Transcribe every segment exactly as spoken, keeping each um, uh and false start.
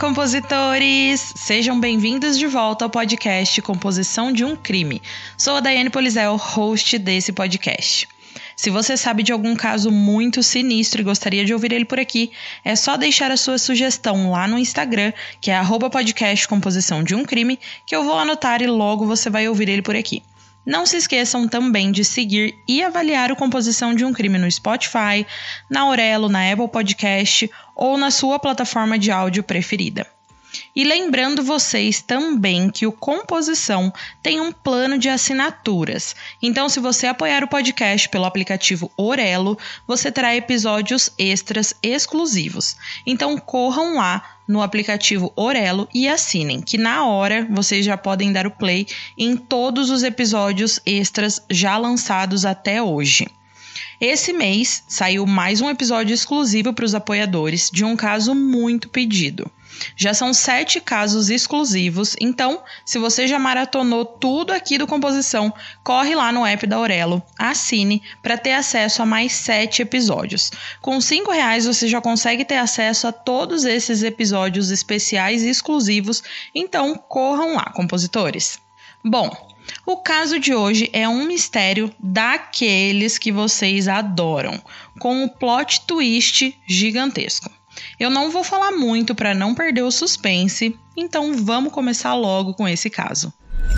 compositores! Sejam bem-vindos de volta ao podcast Composição de um Crime. Sou a Daiane Polizel, host desse podcast. Se você sabe de algum caso muito sinistro e gostaria de ouvir ele por aqui, é só deixar a sua sugestão lá no Instagram, que é arroba podcast Composição de um Crime, que eu vou anotar e logo você vai ouvir ele por aqui. Não se esqueçam também de seguir e avaliar o Composição de um Crime no Spotify, na Aurelo, na Apple Podcast ou na sua plataforma de áudio preferida. E lembrando vocês também que o Composição tem um plano de assinaturas. Então, se você apoiar o podcast pelo aplicativo Aurelo, você terá episódios extras exclusivos. Então, corram lá no aplicativo Aurelo e assinem, que na hora vocês já podem dar o play em todos os episódios extras já lançados até hoje. Esse mês saiu mais um episódio exclusivo para os apoiadores de um caso muito pedido. Já são sete casos exclusivos, então, se você já maratonou tudo aqui do Composição, corre lá no app da Aurelo, assine para ter acesso a mais sete episódios. Com cinco reais você já consegue ter acesso a todos esses episódios especiais e exclusivos, então corram lá, compositores. Bom, o caso de hoje é um mistério daqueles que vocês adoram, com um plot twist gigantesco. Eu não vou falar muito para não perder o suspense, então vamos começar logo com esse caso.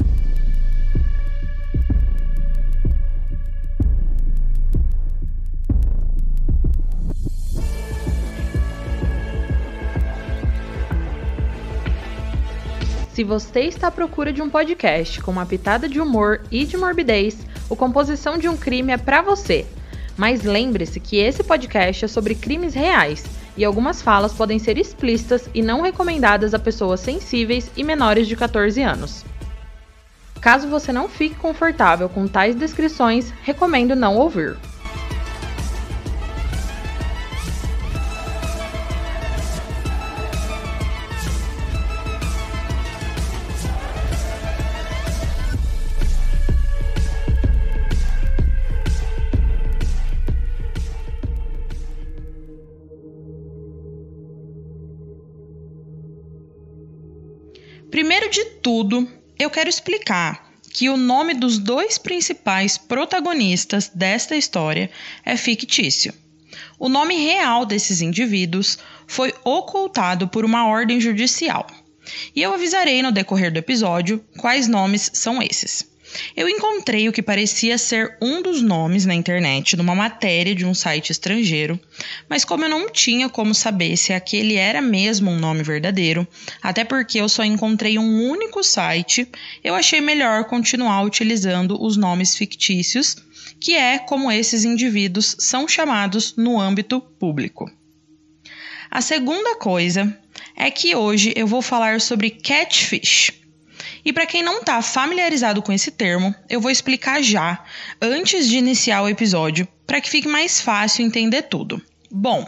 Se você está à procura de um podcast com uma pitada de humor e de morbidez, o Composição de um Crime é para você. Mas lembre-se que esse podcast é sobre crimes reais e algumas falas podem ser explícitas e não recomendadas a pessoas sensíveis e menores de catorze anos. Caso você não fique confortável com tais descrições, recomendo não ouvir. Primeiro de tudo, eu quero explicar que o nome dos dois principais protagonistas desta história é fictício. O nome real desses indivíduos foi ocultado por uma ordem judicial. E eu avisarei no decorrer do episódio quais nomes são esses. Eu encontrei o que parecia ser um dos nomes na internet numa matéria de um site estrangeiro, mas como eu não tinha como saber se aquele era mesmo um nome verdadeiro, até porque eu só encontrei um único site, eu achei melhor continuar utilizando os nomes fictícios, que é como esses indivíduos são chamados no âmbito público. A segunda coisa é que hoje eu vou falar sobre catfish. E para quem não está familiarizado com esse termo, eu vou explicar já, antes de iniciar o episódio, para que fique mais fácil entender tudo. Bom,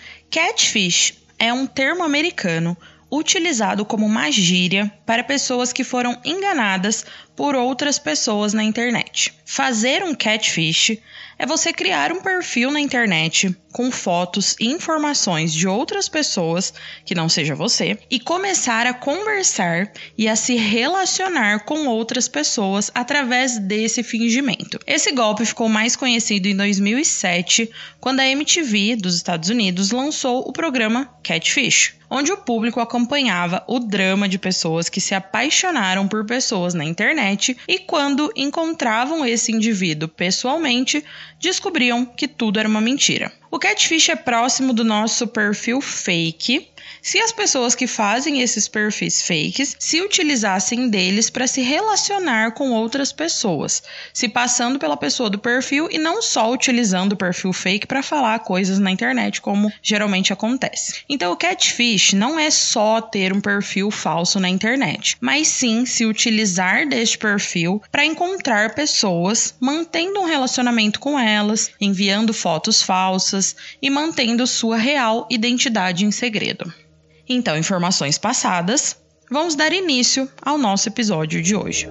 catfish é um termo americano utilizado como uma gíria para pessoas que foram enganadas por outras pessoas na internet. Fazer um catfish é você criar um perfil na internet com fotos e informações de outras pessoas, que não seja você, e começar a conversar e a se relacionar com outras pessoas através desse fingimento. Esse golpe ficou mais conhecido em dois mil e sete, quando a M T V dos Estados Unidos lançou o programa Catfish, onde o público acompanhava o drama de pessoas que se apaixonaram por pessoas na internet e quando encontravam esse indivíduo pessoalmente, descobriam que tudo era uma mentira. O catfish é próximo do nosso perfil fake, se as pessoas que fazem esses perfis fakes se utilizassem deles para se relacionar com outras pessoas, se passando pela pessoa do perfil e não só utilizando o perfil fake para falar coisas na internet, como geralmente acontece. Então, o catfish não é só ter um perfil falso na internet, mas sim se utilizar deste perfil para encontrar pessoas, mantendo um relacionamento com elas, enviando fotos falsas e mantendo sua real identidade em segredo. Então, informações passadas, vamos dar início ao nosso episódio de hoje.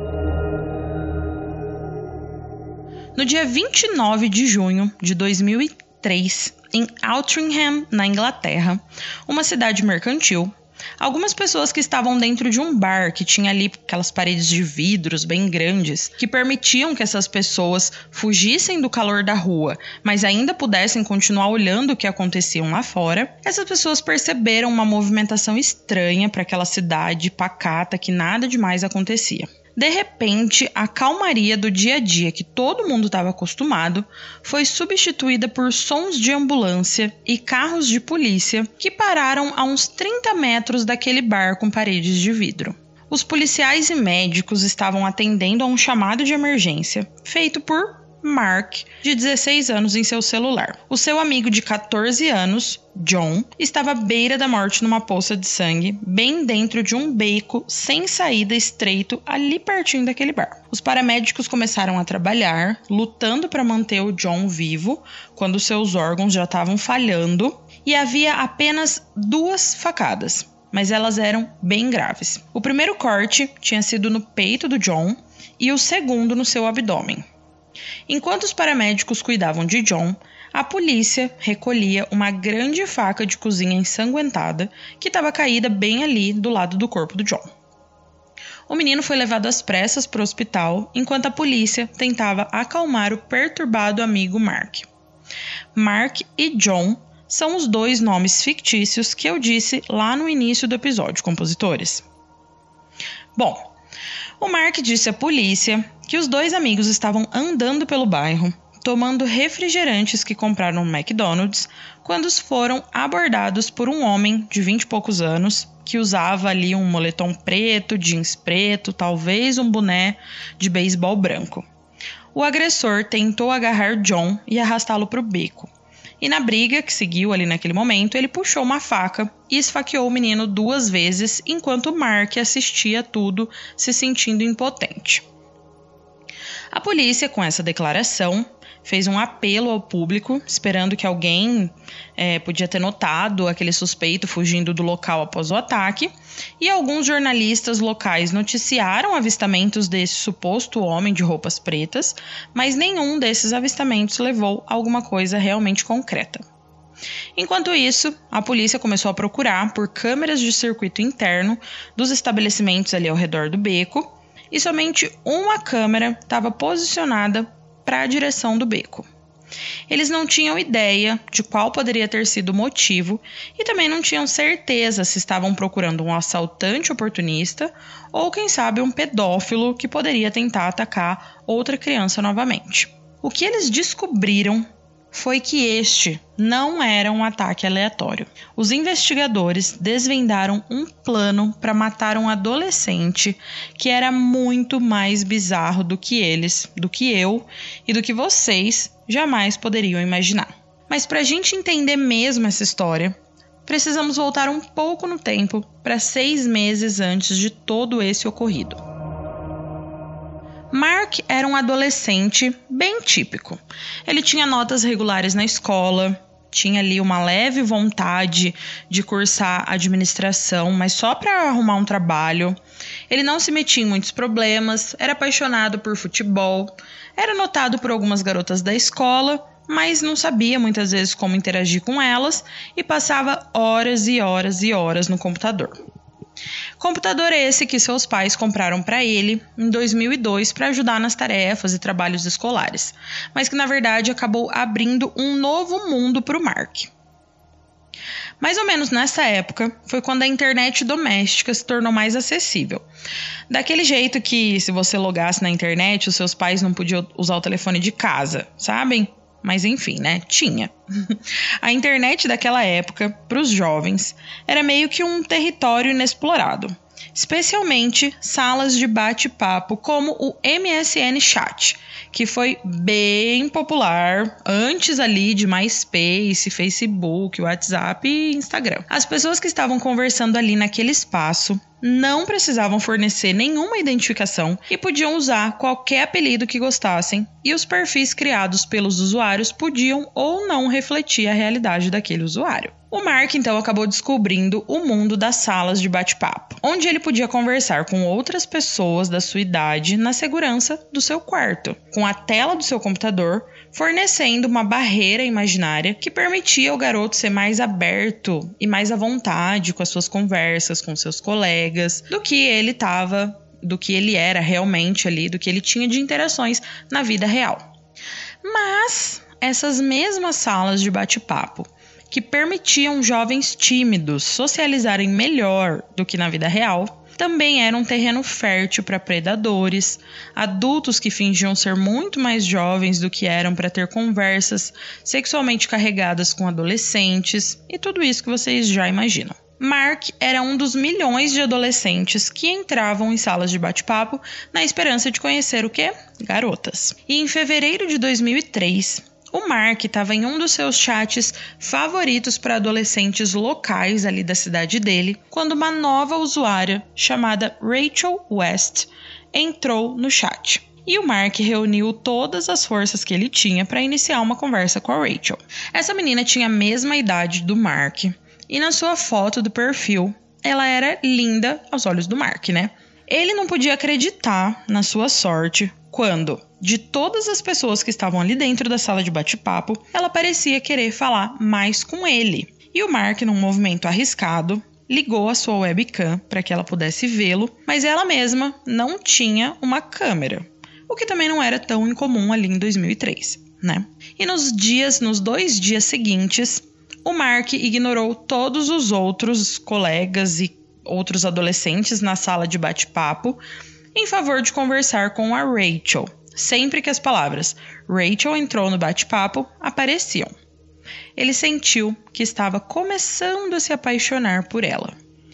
No dia vinte e nove de junho de dois mil e três, em Altrincham, na Inglaterra, uma cidade mercantil, Algumas pessoas que estavam dentro de um bar que tinha ali aquelas paredes de vidros bem grandes que permitiam que essas pessoas fugissem do calor da rua, mas ainda pudessem continuar olhando o que acontecia lá fora. Essas pessoas perceberam uma movimentação estranha para aquela cidade pacata que nada demais acontecia. De repente, a calmaria do dia a dia que todo mundo estava acostumado foi substituída por sons de ambulância e carros de polícia que pararam a uns trinta metros daquele bar com paredes de vidro. Os policiais e médicos estavam atendendo a um chamado de emergência feito por Mark, de dezesseis anos, em seu celular. O seu amigo de catorze anos, John, estava à beira da morte numa poça de sangue, bem dentro de um beco sem saída estreito ali pertinho daquele bar. Os paramédicos começaram a trabalhar, lutando para manter o John vivo, quando seus órgãos já estavam falhando, e havia apenas duas facadas, mas elas eram bem graves. O primeiro corte tinha sido no peito do John e o segundo no seu abdômen. Enquanto os paramédicos cuidavam de John, a polícia recolhia uma grande faca de cozinha ensanguentada que estava caída bem ali do lado do corpo do John. O menino foi levado às pressas para o hospital, enquanto a polícia tentava acalmar o perturbado amigo Mark. Mark e John são os dois nomes fictícios que eu disse lá no início do episódio, compositores. Bom, o Mark disse à polícia que os dois amigos estavam andando pelo bairro, tomando refrigerantes que compraram no McDonald's, quando foram abordados por um homem de vinte e poucos anos, que usava ali um moletom preto, jeans preto, talvez um boné de beisebol branco. O agressor tentou agarrar John e arrastá-lo para o beco. E na briga que seguiu ali naquele momento, ele puxou uma faca e esfaqueou o menino duas vezes, enquanto Mark assistia tudo, se sentindo impotente. A polícia, com essa declaração, fez um apelo ao público, esperando que alguém é, podia ter notado aquele suspeito fugindo do local após o ataque, e alguns jornalistas locais noticiaram avistamentos desse suposto homem de roupas pretas, mas nenhum desses avistamentos levou a alguma coisa realmente concreta. Enquanto isso, a polícia começou a procurar por câmeras de circuito interno dos estabelecimentos ali ao redor do beco, e somente uma câmera estava posicionada para a direção do beco. Eles não tinham ideia de qual poderia ter sido o motivo e também não tinham certeza se estavam procurando um assaltante oportunista ou, quem sabe, um pedófilo que poderia tentar atacar outra criança novamente. O que eles descobriram foi que este não era um ataque aleatório. Os investigadores desvendaram um plano para matar um adolescente que era muito mais bizarro do que eles, do que eu e do que vocês jamais poderiam imaginar. Mas para a gente entender mesmo essa história, precisamos voltar um pouco no tempo para seis meses antes de todo esse ocorrido. Mark era um adolescente bem típico. Ele tinha notas regulares na escola, tinha ali uma leve vontade de cursar administração, mas só para arrumar um trabalho. Ele não se metia em muitos problemas, era apaixonado por futebol, era notado por algumas garotas da escola, mas não sabia muitas vezes como interagir com elas e passava horas e horas e horas no computador. Computador esse que seus pais compraram para ele em dois mil e dois para ajudar nas tarefas e trabalhos escolares, mas que na verdade acabou abrindo um novo mundo para o Mark. Mais ou menos nessa época foi quando a internet doméstica se tornou mais acessível. Daquele jeito que, se você logasse na internet, os seus pais não podiam usar o telefone de casa, sabem? Mas enfim, né? Tinha. A internet daquela época, para os jovens, era meio que um território inexplorado. Especialmente salas de bate-papo como o M S N Chat, que foi bem popular antes ali de MySpace, Facebook, WhatsApp e Instagram. As pessoas que estavam conversando ali naquele espaço não precisavam fornecer nenhuma identificação e podiam usar qualquer apelido que gostassem, e os perfis criados pelos usuários podiam ou não refletir a realidade daquele usuário. O Mark, então, acabou descobrindo o mundo das salas de bate-papo, onde ele podia conversar com outras pessoas da sua idade na segurança do seu quarto, com a tela do seu computador, fornecendo uma barreira imaginária que permitia ao garoto ser mais aberto e mais à vontade com as suas conversas com seus colegas, do que ele estava, do que ele era realmente ali, do que ele tinha de interações na vida real. Mas essas mesmas salas de bate-papo, que permitiam jovens tímidos socializarem melhor do que na vida real, também era um terreno fértil para predadores, adultos que fingiam ser muito mais jovens do que eram para ter conversas sexualmente carregadas com adolescentes e tudo isso que vocês já imaginam. Mark era um dos milhões de adolescentes que entravam em salas de bate-papo na esperança de conhecer o quê? Garotas. E em fevereiro de dois mil e três, o Mark estava em um dos seus chats favoritos para adolescentes locais ali da cidade dele, quando uma nova usuária chamada Rachel West entrou no chat. E o Mark reuniu todas as forças que ele tinha para iniciar uma conversa com a Rachel. Essa menina tinha a mesma idade do Mark e na sua foto do perfil ela era linda aos olhos do Mark, né? Ele não podia acreditar na sua sorte quando, de todas as pessoas que estavam ali dentro da sala de bate-papo, ela parecia querer falar mais com ele. E o Mark, num movimento arriscado, ligou a sua webcam para que ela pudesse vê-lo, mas ela mesma não tinha uma câmera, o que também não era tão incomum ali em dois mil e três, né? E nos dias, nos dois dias seguintes, o Mark ignorou todos os outros colegas e outros adolescentes na sala de bate-papo em favor de conversar com a Rachel, sempre que as palavras Rachel entrou no bate-papo apareciam. Ele sentiu que estava começando a se apaixonar por ela.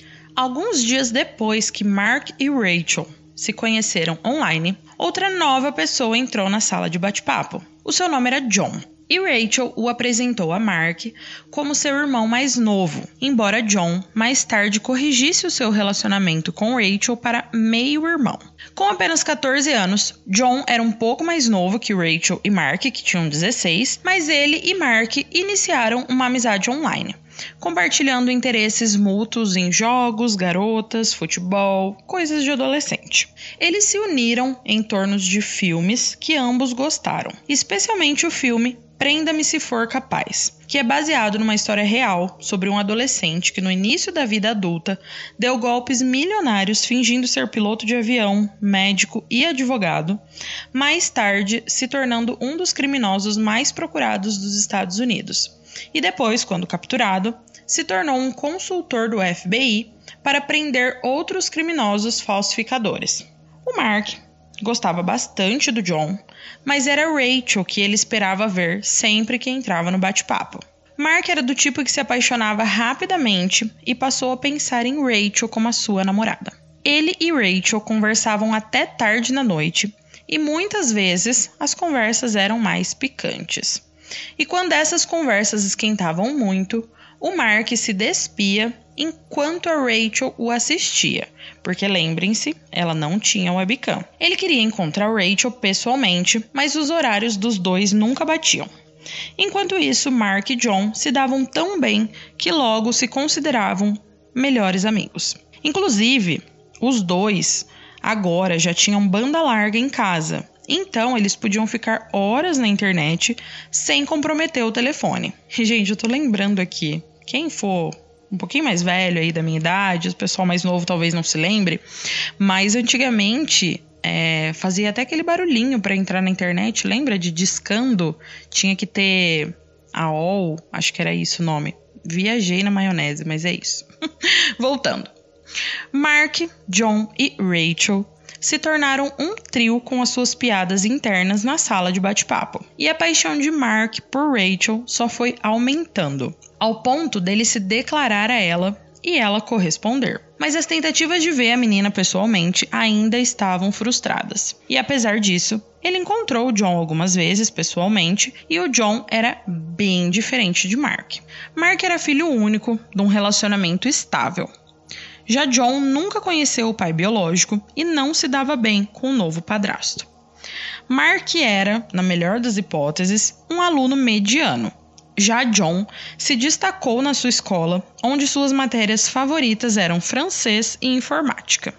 Alguns dias depois que Mark e Rachel se conheceram online, outra nova pessoa entrou na sala de bate-papo. O seu nome era John. E Rachel o apresentou a Mark como seu irmão mais novo, embora John mais tarde corrigisse o seu relacionamento com Rachel para meio-irmão. Com apenas catorze anos, John era um pouco mais novo que Rachel e Mark, que tinham dezesseis, mas ele e Mark iniciaram uma amizade online, compartilhando interesses mútuos em jogos, garotas, futebol, coisas de adolescente. Eles se uniram em torno de filmes que ambos gostaram, especialmente o filme Prenda-me se for capaz, que é baseado numa história real sobre um adolescente que no início da vida adulta deu golpes milionários fingindo ser piloto de avião, médico e advogado, mais tarde se tornando um dos criminosos mais procurados dos Estados Unidos. E depois, quando capturado, se tornou um consultor do F B I para prender outros criminosos falsificadores. O Mark gostava bastante do John, mas era Rachel que ele esperava ver sempre que entrava no bate-papo. Mark era do tipo que se apaixonava rapidamente e passou a pensar em Rachel como a sua namorada. Ele e Rachel conversavam até tarde na noite e muitas vezes as conversas eram mais picantes. E quando essas conversas esquentavam muito, o Mark se despia enquanto a Rachel o assistia, porque lembrem-se, ela não tinha webcam. Ele queria encontrar a Rachel pessoalmente, mas os horários dos dois nunca batiam. Enquanto isso, Mark e John se davam tão bem que logo se consideravam melhores amigos. Inclusive, os dois agora já tinham banda larga em casa, então eles podiam ficar horas na internet sem comprometer o telefone. E, gente, eu tô lembrando aqui, quem for um pouquinho mais velho aí da minha idade, o pessoal mais novo talvez não se lembre, mas antigamente é, fazia até aquele barulhinho para entrar na internet, lembra de discando? Tinha que ter A O L, acho que era isso o nome. Viajei na maionese, mas é isso. Voltando. Mark, John e Rachel se tornaram um trio com as suas piadas internas na sala de bate-papo. E a paixão de Mark por Rachel só foi aumentando, ao ponto dele se declarar a ela e ela corresponder. Mas as tentativas de ver a menina pessoalmente ainda estavam frustradas. E apesar disso, ele encontrou o John algumas vezes pessoalmente e o John era bem diferente de Mark. Mark era filho único de um relacionamento estável. Já John nunca conheceu o pai biológico e não se dava bem com o novo padrasto. Mark era, na melhor das hipóteses, um aluno mediano. Já John se destacou na sua escola, onde suas matérias favoritas eram francês e informática.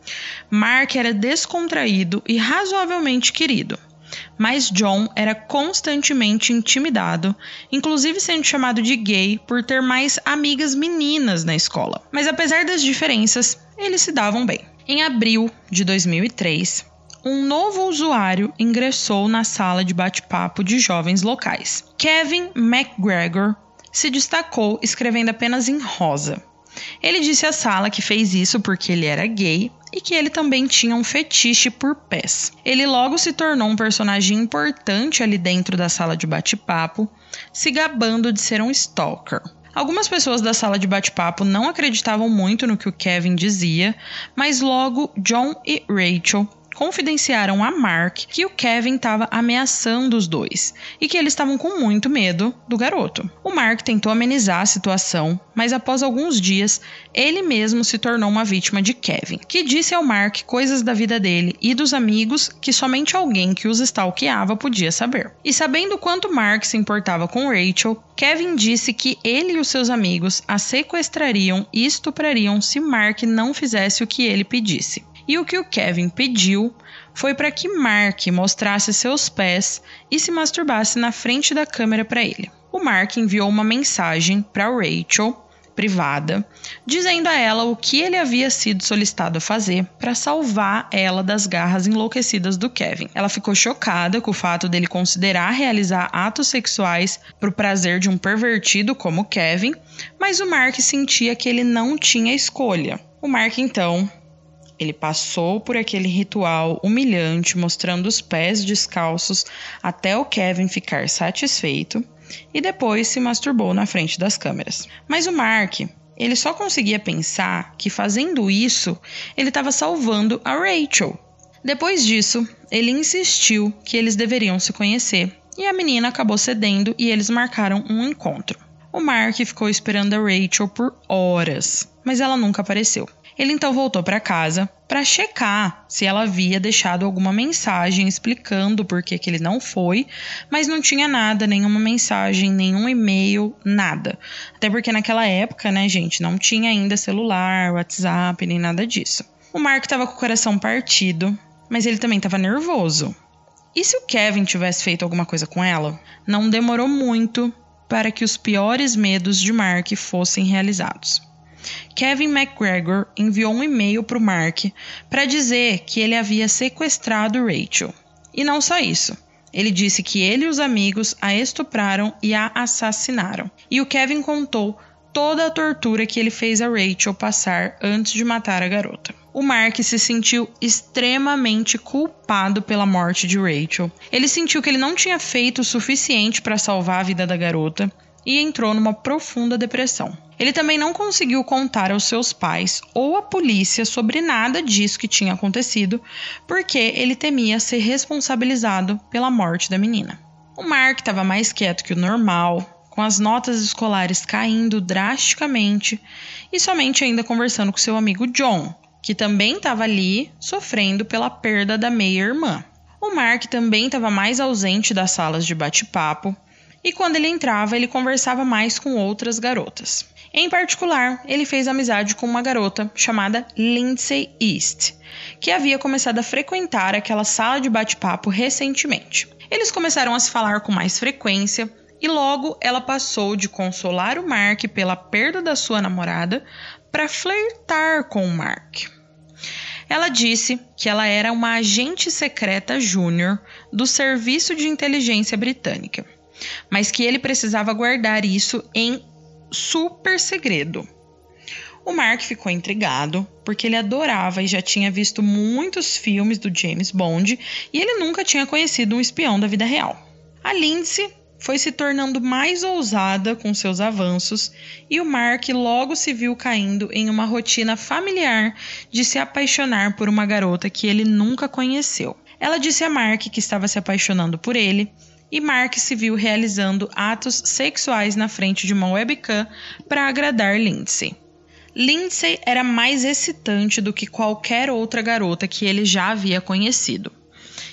Mark era descontraído e razoavelmente querido, mas John era constantemente intimidado, inclusive sendo chamado de gay por ter mais amigas meninas na escola. Mas apesar das diferenças, eles se davam bem. Em abril de dois mil e três, um novo usuário ingressou na sala de bate-papo de jovens locais. Kevin McGregor se destacou escrevendo apenas em rosa. Ele disse à sala que fez isso porque ele era gay e que ele também tinha um fetiche por pés. Ele logo se tornou um personagem importante ali dentro da sala de bate-papo, se gabando de ser um stalker. Algumas pessoas da sala de bate-papo não acreditavam muito no que o Kevin dizia, mas logo John e Rachel confidenciaram a Mark que o Kevin estava ameaçando os dois e que eles estavam com muito medo do garoto. O Mark tentou amenizar a situação, mas após alguns dias, ele mesmo se tornou uma vítima de Kevin, que disse ao Mark coisas da vida dele e dos amigos que somente alguém que os stalkeava podia saber. E sabendo quanto Mark se importava com Rachel, Kevin disse que ele e os seus amigos a sequestrariam e estuprariam se Mark não fizesse o que ele pedisse. E o que o Kevin pediu foi para que Mark mostrasse seus pés e se masturbasse na frente da câmera para ele. O Mark enviou uma mensagem para Rachel, privada, dizendo a ela o que ele havia sido solicitado a fazer para salvar ela das garras enlouquecidas do Kevin. Ela ficou chocada com o fato dele considerar realizar atos sexuais para o prazer de um pervertido como Kevin, mas o Mark sentia que ele não tinha escolha. O Mark, então, ele passou por aquele ritual humilhante, mostrando os pés descalços até o Kevin ficar satisfeito e depois se masturbou na frente das câmeras. Mas o Mark, ele só conseguia pensar que fazendo isso, ele estava salvando a Rachel. Depois disso, ele insistiu que eles deveriam se conhecer e a menina acabou cedendo e eles marcaram um encontro. O Mark ficou esperando a Rachel por horas, mas ela nunca apareceu. Ele então voltou para casa para checar se ela havia deixado alguma mensagem explicando por que que ele não foi, mas não tinha nada, nenhuma mensagem, nenhum e-mail, nada. Até porque naquela época, né, gente, não tinha ainda celular, WhatsApp, nem nada disso. O Mark estava com o coração partido, mas ele também estava nervoso. E se o Kevin tivesse feito alguma coisa com ela? Não demorou muito para que os piores medos de Mark fossem realizados. Kevin McGregor enviou um e-mail para o Mark para dizer que ele havia sequestrado Rachel. E não só isso, ele disse que ele e os amigos a estupraram e a assassinaram. E o Kevin contou toda a tortura que ele fez a Rachel passar antes de matar a garota. O Mark se sentiu extremamente culpado pela morte de Rachel. Ele sentiu que ele não tinha feito o suficiente para salvar a vida da garota e entrou numa profunda depressão. Ele também não conseguiu contar aos seus pais ou à polícia sobre nada disso que tinha acontecido, porque ele temia ser responsabilizado pela morte da menina. O Mark estava mais quieto que o normal, com as notas escolares caindo drasticamente e somente ainda conversando com seu amigo John, que também estava ali sofrendo pela perda da meia-irmã. O Mark também estava mais ausente das salas de bate-papo e quando ele entrava, ele conversava mais com outras garotas. Em particular, ele fez amizade com uma garota chamada Lindsay East, que havia começado a frequentar aquela sala de bate-papo recentemente. Eles começaram a se falar com mais frequência e logo ela passou de consolar o Mark pela perda da sua namorada para flertar com o Mark. Ela disse que ela era uma agente secreta júnior do Serviço de Inteligência Britânica, mas que ele precisava guardar isso em super segredo. O Mark ficou intrigado, porque ele adorava e já tinha visto muitos filmes do James Bond e ele nunca tinha conhecido um espião da vida real. A Lindsay foi se tornando mais ousada com seus avanços e o Mark logo se viu caindo em uma rotina familiar de se apaixonar por uma garota que ele nunca conheceu. Ela disse a Mark que estava se apaixonando por ele e Mark se viu realizando atos sexuais na frente de uma webcam para agradar Lindsay. Lindsay era mais excitante do que qualquer outra garota que ele já havia conhecido.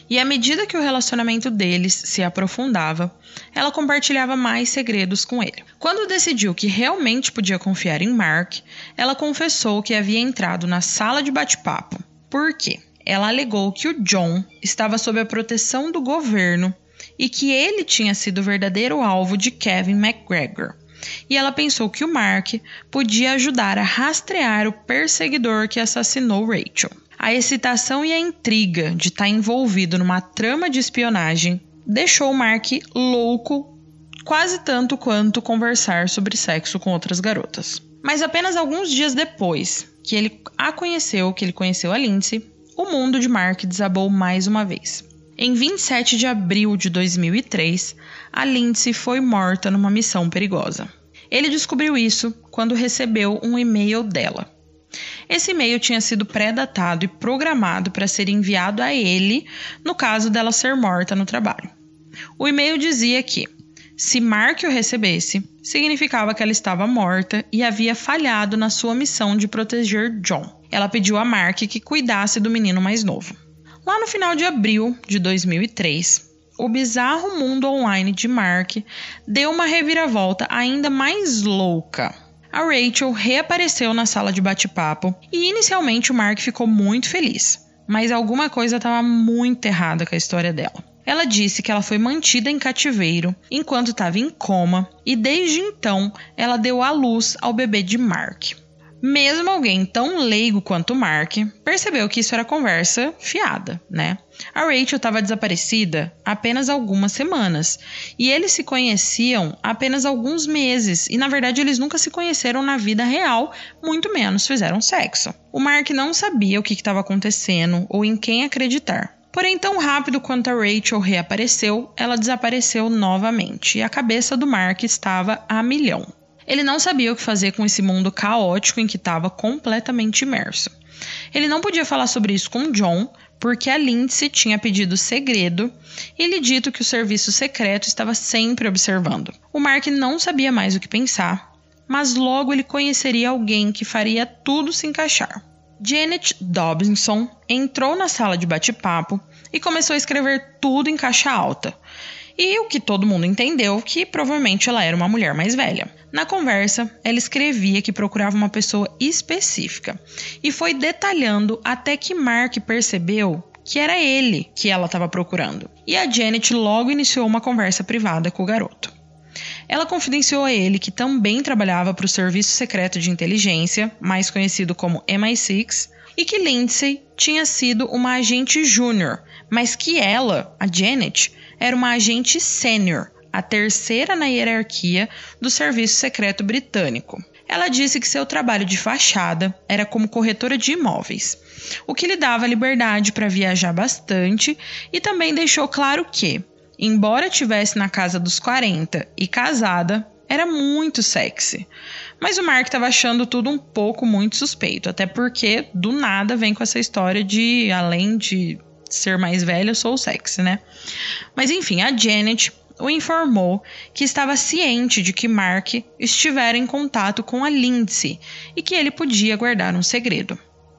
E à medida que o relacionamento deles se aprofundava, ela compartilhava mais segredos com ele. Quando decidiu que realmente podia confiar em Mark, ela confessou que havia entrado na sala de bate-papo. Por quê? Ela alegou que o John estava sob a proteção do governo e que ele tinha sido o verdadeiro alvo de Kevin McGregor. E ela pensou que o Mark podia ajudar a rastrear o perseguidor que assassinou Rachel. A excitação e a intriga de estar envolvido numa trama de espionagem deixou o Mark louco quase tanto quanto conversar sobre sexo com outras garotas. Mas apenas alguns dias depois que ele a conheceu, que ele conheceu a Lindsay, o mundo de Mark desabou mais uma vez. Em vinte e sete de abril de dois mil e três, a Lindsay foi morta numa missão perigosa. Ele descobriu isso quando recebeu um e-mail dela. Esse e-mail tinha sido pré-datado e programado para ser enviado a ele no caso dela ser morta no trabalho. O e-mail dizia que, se Mark o recebesse, significava que ela estava morta e havia falhado na sua missão de proteger John. Ela pediu a Mark que cuidasse do menino mais novo. Lá no final de abril de dois mil e três, o bizarro mundo online de Mark deu uma reviravolta ainda mais louca. A Rachel reapareceu na sala de bate-papo e inicialmente o Mark ficou muito feliz, mas alguma coisa estava muito errada com a história dela. Ela disse que ela foi mantida em cativeiro enquanto estava em coma e desde então ela deu à luz ao bebê de Mark. Mesmo alguém tão leigo quanto Mark percebeu que isso era conversa fiada, né? A Rachel estava desaparecida há apenas algumas semanas e eles se conheciam há apenas alguns meses e, na verdade, eles nunca se conheceram na vida real, muito menos fizeram sexo. O Mark não sabia o que estava acontecendo ou em quem acreditar. Porém, tão rápido quanto a Rachel reapareceu, ela desapareceu novamente e a cabeça do Mark estava a milhão. Ele não sabia o que fazer com esse mundo caótico em que estava completamente imerso. Ele não podia falar sobre isso com John, porque a Lindsay tinha pedido segredo e lhe dito que o serviço secreto estava sempre observando. O Mark não sabia mais o que pensar, mas logo ele conheceria alguém que faria tudo se encaixar. Janet Dobinson entrou na sala de bate-papo e começou a escrever tudo em caixa alta. E o que todo mundo entendeu, que provavelmente ela era uma mulher mais velha. Na conversa, ela escrevia que procurava uma pessoa específica e foi detalhando até que Mark percebeu que era ele que ela estava procurando. E a Janet logo iniciou uma conversa privada com o garoto. Ela confidenciou a ele que também trabalhava para o Serviço Secreto de Inteligência, mais conhecido como M I seis, e que Lindsay tinha sido uma agente júnior, mas que ela, a Janet, era uma agente sênior, a terceira na hierarquia do Serviço Secreto Britânico. Ela disse que seu trabalho de fachada era como corretora de imóveis, o que lhe dava liberdade para viajar bastante e também deixou claro que, embora estivesse na casa dos quarenta e casada, era muito sexy. Mas o Mark estava achando tudo um pouco muito suspeito, até porque do nada vem com essa história de, além de ser mais velha, eu sou sexy, né? Mas enfim, a Janet o informou que estava ciente de que Mark estivera em contato com a Lindsay e que ele podia guardar um segredo.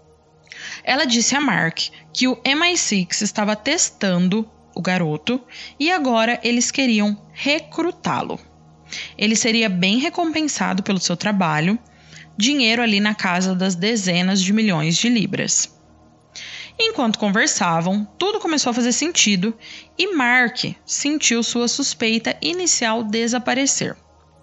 Ela disse a Mark que o M I seis estava testando o garoto e agora eles queriam recrutá-lo. Ele seria bem recompensado pelo seu trabalho, dinheiro ali na casa das dezenas de milhões de libras. Enquanto conversavam, tudo começou a fazer sentido e Mark sentiu sua suspeita inicial desaparecer.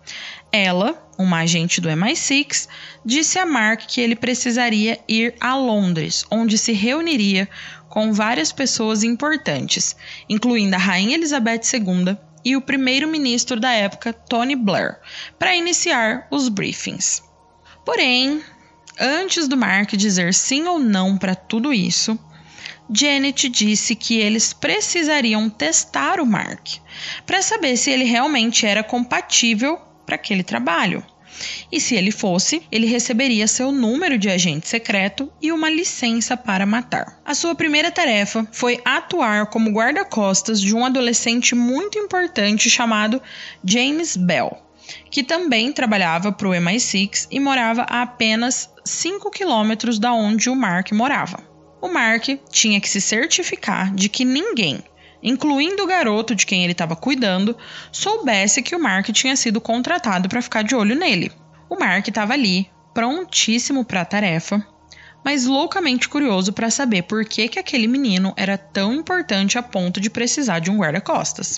Ela, uma agente do M I seis, disse a Mark que ele precisaria ir a Londres, onde se reuniria com várias pessoas importantes, incluindo a Rainha Elizabeth segunda e o primeiro-ministro da época, Tony Blair, para iniciar os briefings. Porém, antes do Mark dizer sim ou não para tudo isso, Janet disse que eles precisariam testar o Mark para saber se ele realmente era compatível para aquele trabalho. E se ele fosse, ele receberia seu número de agente secreto e uma licença para matar. A sua primeira tarefa foi atuar como guarda-costas de um adolescente muito importante chamado James Bell, que também trabalhava para o M I seis e morava a apenas cinco quilômetros da onde o Mark morava. O Mark tinha que se certificar de que ninguém, incluindo o garoto de quem ele estava cuidando, soubesse que o Mark tinha sido contratado para ficar de olho nele. O Mark estava ali, prontíssimo para a tarefa, mas loucamente curioso para saber por que, que aquele menino era tão importante a ponto de precisar de um guarda-costas.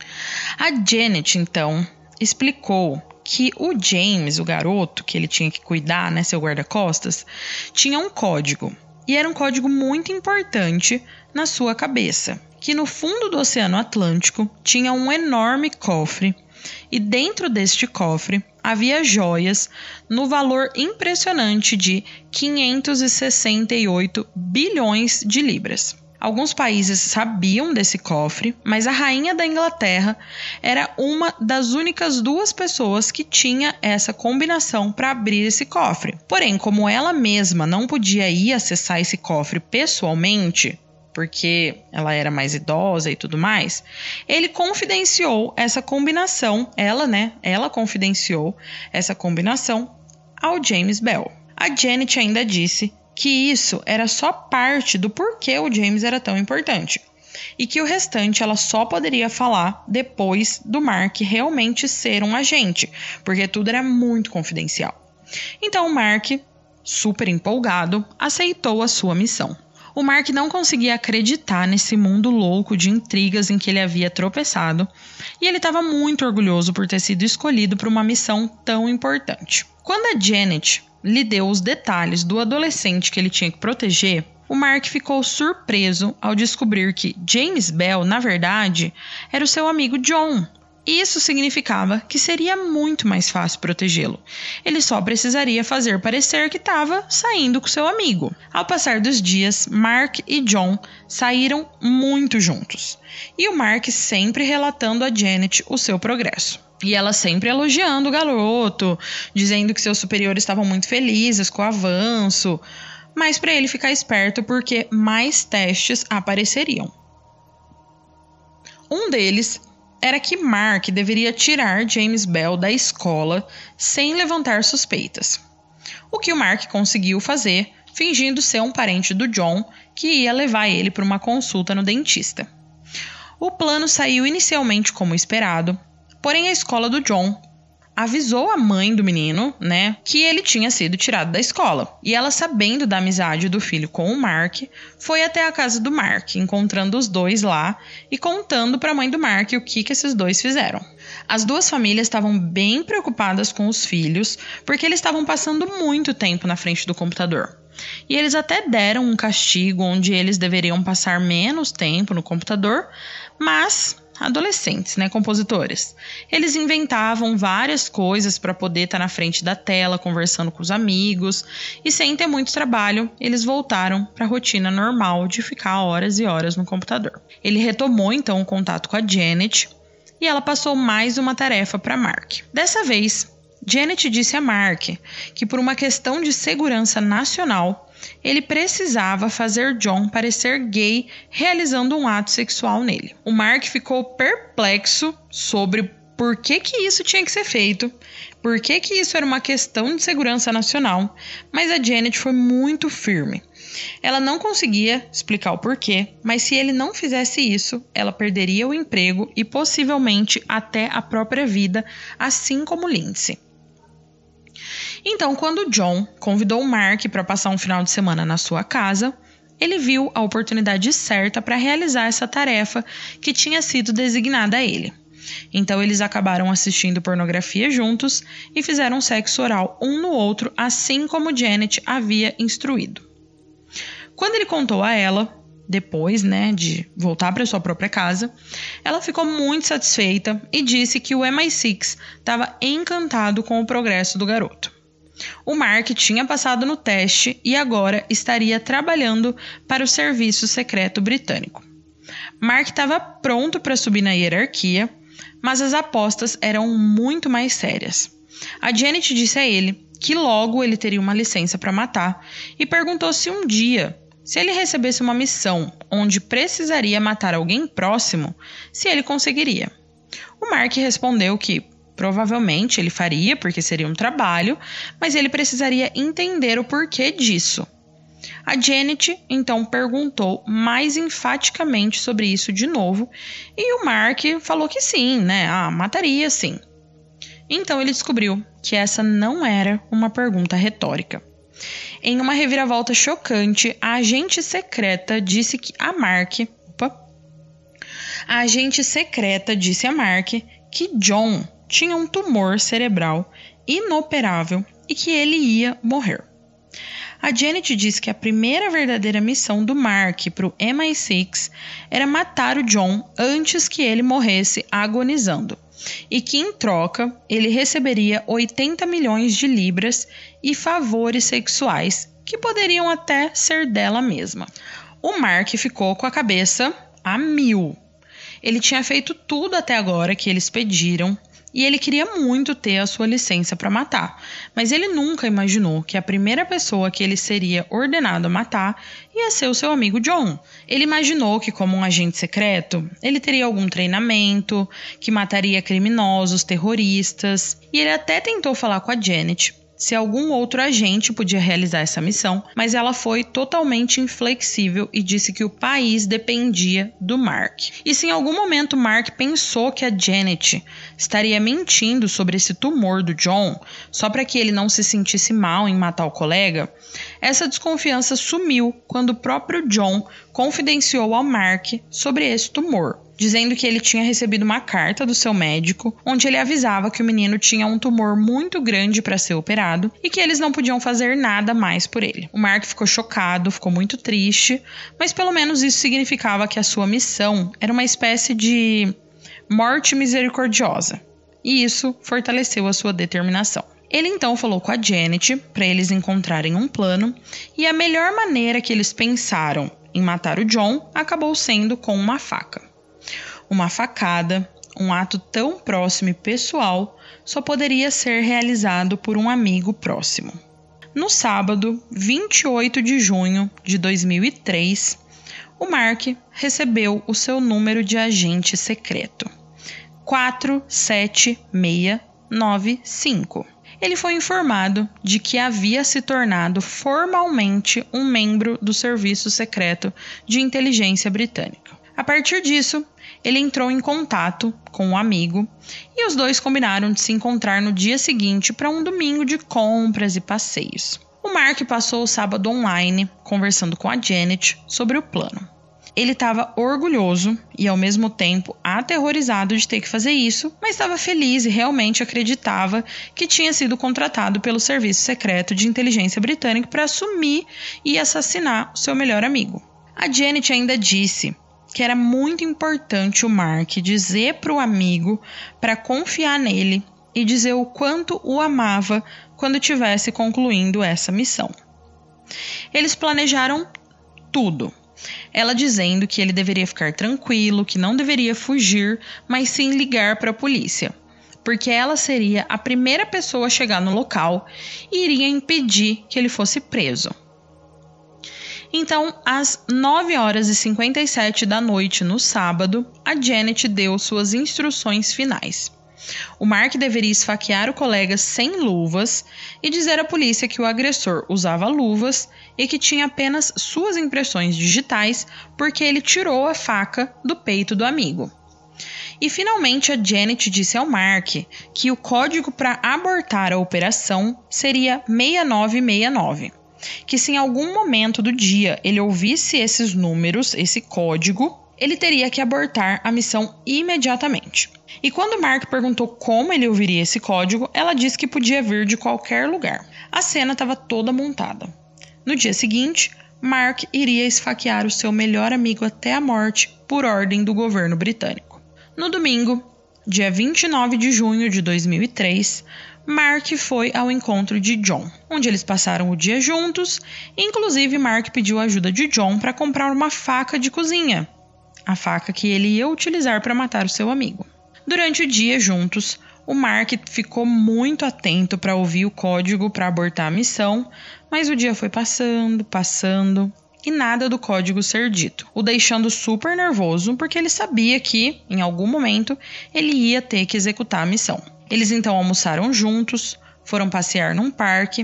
A Janet, então, explicou que o James, o garoto que ele tinha que cuidar, né, seu guarda-costas, tinha um código. E era um código muito importante na sua cabeça, que no fundo do Oceano Atlântico tinha um enorme cofre, e dentro deste cofre havia joias no valor impressionante de quinhentos e sessenta e oito bilhões de libras. Alguns países sabiam desse cofre, mas a rainha da Inglaterra era uma das únicas duas pessoas que tinha essa combinação para abrir esse cofre. Porém, como ela mesma não podia ir acessar esse cofre pessoalmente, porque ela era mais idosa e tudo mais, ele confidenciou essa combinação, ela, né, ela confidenciou essa combinação ao James Bell. A Janet ainda disse que isso era só parte do porquê o James era tão importante e que o restante ela só poderia falar depois do Mark realmente ser um agente, porque tudo era muito confidencial. Então o Mark, super empolgado, aceitou a sua missão. O Mark não conseguia acreditar nesse mundo louco de intrigas em que ele havia tropeçado, e ele estava muito orgulhoso por ter sido escolhido para uma missão tão importante. Quando a Janet lhe deu os detalhes do adolescente que ele tinha que proteger, o Mark ficou surpreso ao descobrir que James Bell, na verdade, era o seu amigo John. Isso significava que seria muito mais fácil protegê-lo. Ele só precisaria fazer parecer que estava saindo com seu amigo. Ao passar dos dias, Mark e John saíram muito juntos. E o Mark sempre relatando a Janet o seu progresso. E ela sempre elogiando o garoto, dizendo que seus superiores estavam muito felizes com o avanço, mas para ele ficar esperto porque mais testes apareceriam. Um deles era que Mark deveria tirar James Bell da escola sem levantar suspeitas. O que o Mark conseguiu fazer, fingindo ser um parente do John que ia levar ele para uma consulta no dentista. O plano saiu inicialmente como esperado, porém a escola do John avisou a mãe do menino, né, que ele tinha sido tirado da escola. E ela, sabendo da amizade do filho com o Mark, foi até a casa do Mark, encontrando os dois lá e contando para a mãe do Mark o que, que esses dois fizeram. As duas famílias estavam bem preocupadas com os filhos, porque eles estavam passando muito tempo na frente do computador. E eles até deram um castigo onde eles deveriam passar menos tempo no computador, mas adolescentes, né, compositores. Eles inventavam várias coisas para poder estar na frente da tela, conversando com os amigos, e sem ter muito trabalho, eles voltaram para a rotina normal de ficar horas e horas no computador. Ele retomou então o contato com a Janet e ela passou mais uma tarefa para Mark. Dessa vez, Janet disse a Mark que por uma questão de segurança nacional, ele precisava fazer John parecer gay realizando um ato sexual nele. O Mark ficou perplexo sobre por que que isso tinha que ser feito, por que que isso era uma questão de segurança nacional, mas a Janet foi muito firme. Ela não conseguia explicar o porquê, mas se ele não fizesse isso, ela perderia o emprego e possivelmente até a própria vida, assim como Lindsay. Então, quando John convidou o Mark para passar um final de semana na sua casa, ele viu a oportunidade certa para realizar essa tarefa que tinha sido designada a ele. Então, eles acabaram assistindo pornografia juntos e fizeram sexo oral um no outro, assim como Janet havia instruído. Quando ele contou a ela, depois, né, de voltar para sua própria casa, ela ficou muito satisfeita e disse que o M I seis estava encantado com o progresso do garoto. O Mark tinha passado no teste e agora estaria trabalhando para o Serviço Secreto Britânico. Mark estava pronto para subir na hierarquia, mas as apostas eram muito mais sérias. A Janet disse a ele que logo ele teria uma licença para matar e perguntou se um dia, se ele recebesse uma missão onde precisaria matar alguém próximo, se ele conseguiria. O Mark respondeu que provavelmente ele faria, porque seria um trabalho, mas ele precisaria entender o porquê disso. A Janet então perguntou mais enfaticamente sobre isso de novo e o Mark falou que sim, né? Ah, mataria sim. Então ele descobriu que essa não era uma pergunta retórica. Em uma reviravolta chocante, a agente secreta disse que a Mark... Opa! A agente secreta disse a Mark que John tinha um tumor cerebral inoperável e que ele ia morrer. A Janet disse que a primeira verdadeira missão do Mark para o M I seis era matar o John antes que ele morresse agonizando e que, em troca, ele receberia oitenta milhões de libras e favores sexuais que poderiam até ser dela mesma. O Mark ficou com a cabeça a mil. Ele tinha feito tudo até agora que eles pediram e ele queria muito ter a sua licença para matar, mas ele nunca imaginou que a primeira pessoa que ele seria ordenado a matar ia ser o seu amigo John. Ele imaginou que, como um agente secreto, ele teria algum treinamento, que mataria criminosos, terroristas, e ele até tentou falar com a Janet se algum outro agente podia realizar essa missão, mas ela foi totalmente inflexível e disse que o país dependia do Mark. E se em algum momento Mark pensou que a Janet estaria mentindo sobre esse tumor do John, só para que ele não se sentisse mal em matar o colega, essa desconfiança sumiu quando o próprio John confidenciou ao Mark sobre esse tumor, dizendo que ele tinha recebido uma carta do seu médico, onde ele avisava que o menino tinha um tumor muito grande para ser operado e que eles não podiam fazer nada mais por ele. O Mark ficou chocado, ficou muito triste, mas pelo menos isso significava que a sua missão era uma espécie de morte misericordiosa, e isso fortaleceu a sua determinação. Ele então falou com a Janet para eles encontrarem um plano, e a melhor maneira que eles pensaram em matar o John acabou sendo com uma faca. Uma facada, um ato tão próximo e pessoal, só poderia ser realizado por um amigo próximo. No sábado, vinte e oito de junho de dois mil e três, o Mark recebeu o seu número de agente secreto, quatro sete seis nove cinco. Ele foi informado de que havia se tornado formalmente um membro do Serviço Secreto de Inteligência Britânico. A partir disso, ele entrou em contato com um amigo e os dois combinaram de se encontrar no dia seguinte para um domingo de compras e passeios. O Mark passou o sábado online conversando com a Janet sobre o plano. Ele estava orgulhoso e, ao mesmo tempo, aterrorizado de ter que fazer isso, mas estava feliz e realmente acreditava que tinha sido contratado pelo Serviço Secreto de Inteligência Britânico para assumir e assassinar o seu melhor amigo. A Janet ainda disse que era muito importante o Mark dizer para o amigo para confiar nele e dizer o quanto o amava quando estivesse concluindo essa missão. Eles planejaram tudo. Ela dizendo que ele deveria ficar tranquilo, que não deveria fugir, mas sim ligar para a polícia, porque ela seria a primeira pessoa a chegar no local e iria impedir que ele fosse preso. Então, às nove horas e cinquenta e sete da noite no sábado, a Janet deu suas instruções finais. O Mark deveria esfaquear o colega sem luvas e dizer à polícia que o agressor usava luvas e que tinha apenas suas impressões digitais porque ele tirou a faca do peito do amigo. E finalmente a Janet disse ao Mark que o código para abortar a operação seria seis nove seis nove. Que se em algum momento do dia ele ouvisse esses números, esse código, ele teria que abortar a missão imediatamente. E quando Mark perguntou como ele ouviria esse código, ela disse que podia vir de qualquer lugar. A cena estava toda montada. No dia seguinte, Mark iria esfaquear o seu melhor amigo até a morte por ordem do governo britânico. No domingo, dia vinte e nove de junho de dois mil e três, Mark foi ao encontro de John, onde eles passaram o dia juntos, e inclusive Mark pediu a ajuda de John para comprar uma faca de cozinha, a faca que ele ia utilizar para matar o seu amigo. Durante o dia juntos, o Mark ficou muito atento para ouvir o código para abortar a missão, mas o dia foi passando, passando e nada do código ser dito, o deixando super nervoso porque ele sabia que, em algum momento, ele ia ter que executar a missão. Eles então almoçaram juntos, foram passear num parque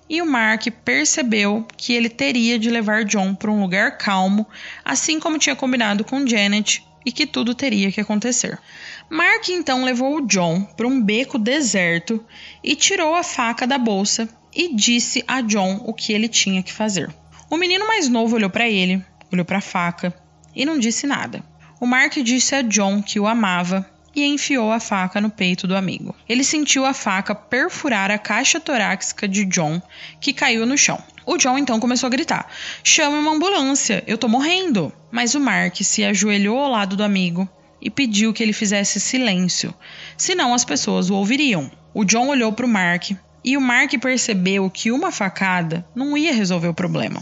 e o Mark percebeu que ele teria de levar John para um lugar calmo, assim como tinha combinado com Janet, e que tudo teria que acontecer. Mark então levou o John para um beco deserto e tirou a faca da bolsa e disse a John o que ele tinha que fazer. O menino mais novo olhou para ele, olhou para a faca e não disse nada. O Mark disse a John que o amava e enfiou a faca no peito do amigo. Ele sentiu a faca perfurar a caixa torácica de John, que caiu no chão. O John então começou a gritar: "Chame uma ambulância, eu tô morrendo!" Mas o Mark se ajoelhou ao lado do amigo e pediu que ele fizesse silêncio, senão as pessoas o ouviriam. O John olhou para o Mark e o Mark percebeu que uma facada não ia resolver o problema.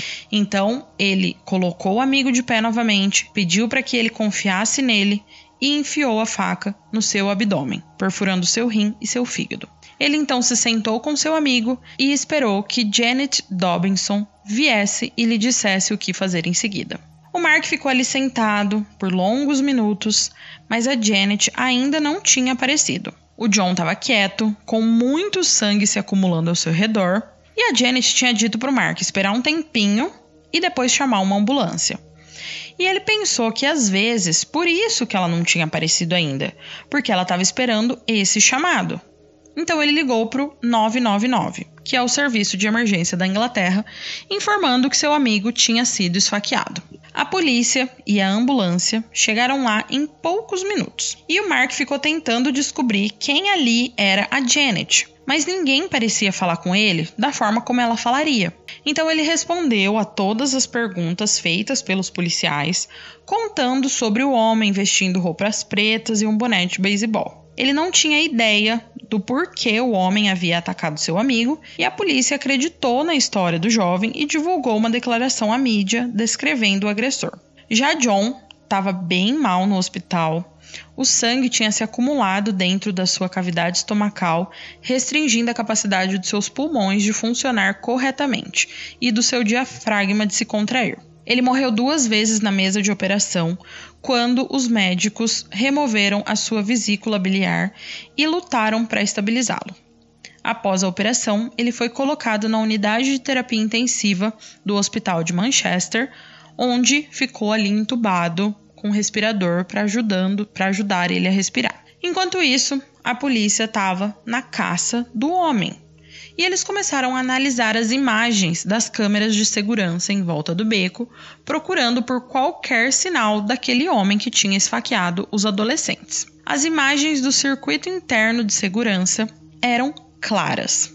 Então ele colocou o amigo de pé novamente, pediu para que ele confiasse nele e enfiou a faca no seu abdômen, perfurando seu rim e seu fígado. Ele então se sentou com seu amigo e esperou que Janet Dobinson viesse e lhe dissesse o que fazer em seguida. O Mark ficou ali sentado por longos minutos, mas a Janet ainda não tinha aparecido. O John estava quieto, com muito sangue se acumulando ao seu redor, e a Janet tinha dito para o Mark esperar um tempinho e depois chamar uma ambulância. E ele pensou que às vezes por isso que ela não tinha aparecido ainda, porque ela estava esperando esse chamado. Então ele ligou para o nove nove nove, que é o serviço de emergência da Inglaterra, informando que seu amigo tinha sido esfaqueado. A polícia e a ambulância chegaram lá em poucos minutos, e o Mark ficou tentando descobrir quem ali era a Janet, mas ninguém parecia falar com ele da forma como ela falaria. Então ele respondeu a todas as perguntas feitas pelos policiais, contando sobre o homem vestindo roupas pretas e um boné de beisebol. Ele não tinha ideia do porquê o homem havia atacado seu amigo, e a polícia acreditou na história do jovem e divulgou uma declaração à mídia descrevendo o agressor. Já John estava bem mal no hospital. O sangue tinha se acumulado dentro da sua cavidade estomacal, restringindo a capacidade de seus pulmões de funcionar corretamente e do seu diafragma de se contrair. Ele morreu duas vezes na mesa de operação, quando os médicos removeram a sua vesícula biliar e lutaram para estabilizá-lo. Após a operação, ele foi colocado na unidade de terapia intensiva do Hospital de Manchester, onde ficou ali entubado com um respirador para ajudando, para ajudar ele a respirar. Enquanto isso, a polícia estava na caça do homem. E eles começaram a analisar as imagens das câmeras de segurança em volta do beco, procurando por qualquer sinal daquele homem que tinha esfaqueado os adolescentes. As imagens do circuito interno de segurança eram claras.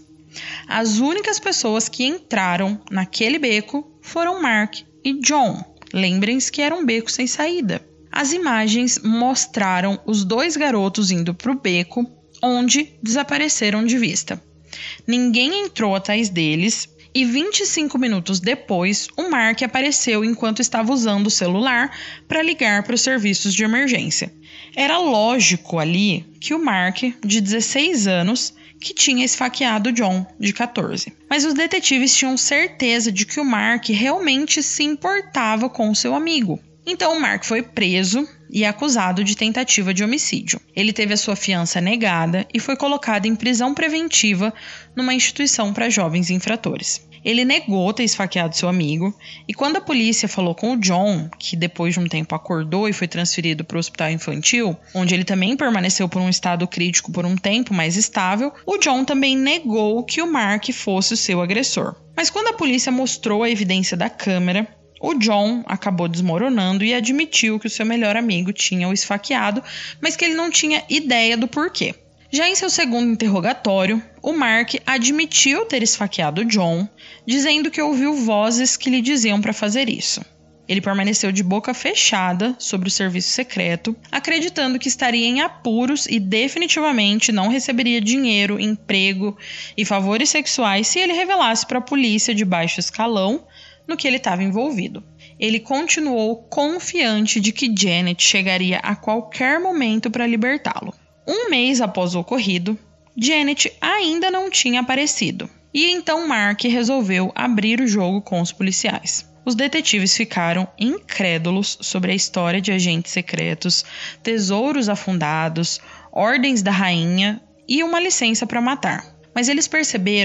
As únicas pessoas que entraram naquele beco foram Mark e John. Lembrem-se que era um beco sem saída. As imagens mostraram os dois garotos indo para o beco, onde desapareceram de vista. Ninguém entrou atrás deles e vinte e cinco minutos depois, o Mark apareceu enquanto estava usando o celular para ligar para os serviços de emergência. Era lógico ali que o Mark, de dezesseis anos, que tinha esfaqueado John, de catorze. Mas os detetives tinham certeza de que o Mark realmente se importava com seu amigo. Então o Mark foi preso e acusado de tentativa de homicídio. Ele teve a sua fiança negada e foi colocado em prisão preventiva numa instituição para jovens infratores. Ele negou ter esfaqueado seu amigo, e quando a polícia falou com o John, que depois de um tempo acordou e foi transferido para o hospital infantil, onde ele também permaneceu por um estado crítico por um tempo mais estável, o John também negou que o Mark fosse o seu agressor. Mas quando a polícia mostrou a evidência da câmera, o John acabou desmoronando e admitiu que o seu melhor amigo tinha o esfaqueado, mas que ele não tinha ideia do porquê. Já em seu segundo interrogatório, o Mark admitiu ter esfaqueado John, dizendo que ouviu vozes que lhe diziam para fazer isso. Ele permaneceu de boca fechada sobre o serviço secreto, acreditando que estaria em apuros e definitivamente não receberia dinheiro, emprego e favores sexuais se ele revelasse para a polícia de baixo escalão no que ele estava envolvido. Ele continuou confiante de que Janet chegaria a qualquer momento para libertá-lo. Um mês após o ocorrido, Janet ainda não tinha aparecido, e então Mark resolveu abrir o jogo com os policiais. Os detetives ficaram incrédulos sobre a história de agentes secretos, tesouros afundados, ordens da rainha e uma licença para matar. Mas eles perceberam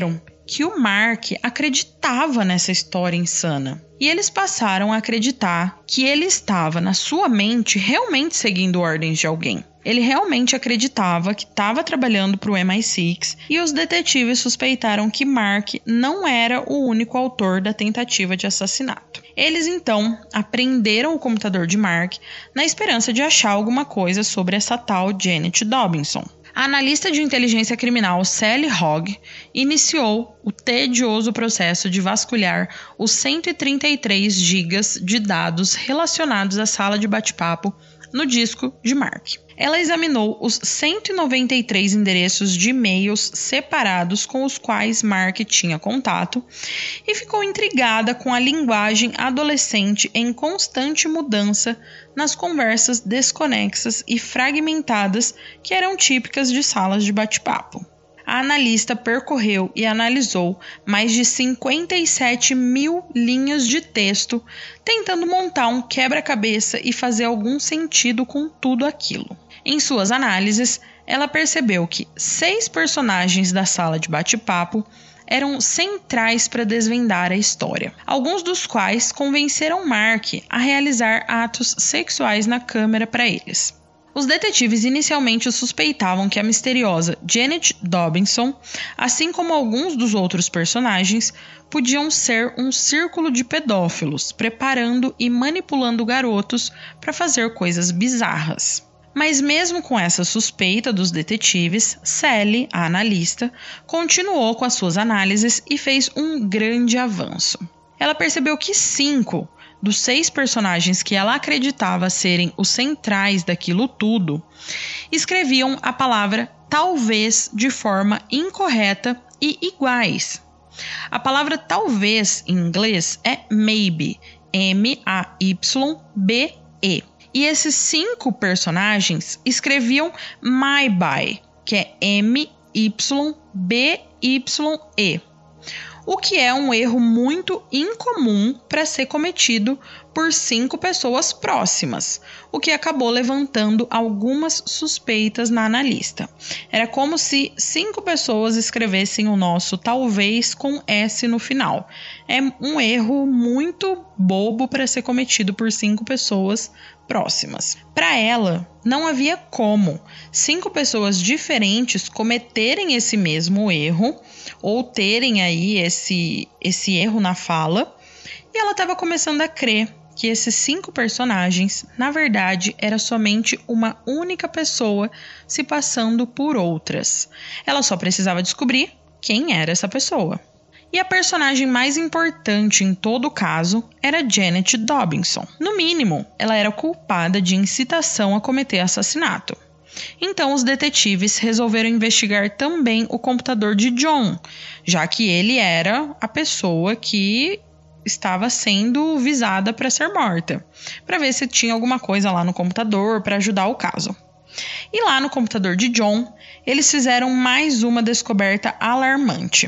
que o Mark acreditava nessa história insana. E eles passaram a acreditar que ele estava, na sua mente, realmente seguindo ordens de alguém. Ele realmente acreditava que estava trabalhando para o M I seis e os detetives suspeitaram que Mark não era o único autor da tentativa de assassinato. Eles então apreenderam o computador de Mark na esperança de achar alguma coisa sobre essa tal Janet Dobinson. A analista de inteligência criminal Sally Hogg iniciou o tedioso processo de vasculhar os cento e trinta e três gigas de dados relacionados à sala de bate-papo no disco de Mark. Ela examinou os cento e noventa e três endereços de e-mails separados com os quais Mark tinha contato e ficou intrigada com a linguagem adolescente em constante mudança nas conversas desconexas e fragmentadas que eram típicas de salas de bate-papo. A analista percorreu e analisou mais de cinquenta e sete mil linhas de texto, tentando montar um quebra-cabeça e fazer algum sentido com tudo aquilo. Em suas análises, ela percebeu que seis personagens da sala de bate-papo eram centrais para desvendar a história, alguns dos quais convenceram Mark a realizar atos sexuais na câmera para eles. Os detetives inicialmente suspeitavam que a misteriosa Janet Dobinson, assim como alguns dos outros personagens, podiam ser um círculo de pedófilos, preparando e manipulando garotos para fazer coisas bizarras. Mas mesmo com essa suspeita dos detetives, Sally, a analista, continuou com as suas análises e fez um grande avanço. Ela percebeu que cinco dos seis personagens que ela acreditava serem os centrais daquilo tudo, escreviam a palavra talvez de forma incorreta e iguais. A palavra talvez em inglês é maybe, M A Y B E. E esses cinco personagens escreviam maybe, que é M Y B Y E. O que é um erro muito incomum para ser cometido por cinco pessoas próximas, o que acabou levantando algumas suspeitas na analista. Era como se cinco pessoas escrevessem o nosso talvez com S no final. É um erro muito bobo para ser cometido por cinco pessoas próximas. Para ela, não havia como cinco pessoas diferentes cometerem esse mesmo erro ou terem aí esse, esse erro na fala, e ela estava começando a crer que esses cinco personagens, na verdade, era somente uma única pessoa se passando por outras. Ela só precisava descobrir quem era essa pessoa. E a personagem mais importante em todo o caso era Janet Dobinson. No mínimo, ela era culpada de incitação a cometer assassinato. Então, os detetives resolveram investigar também o computador de John, já que ele era a pessoa que estava sendo visada para ser morta, para ver se tinha alguma coisa lá no computador para ajudar o caso. E lá no computador de John, eles fizeram mais uma descoberta alarmante.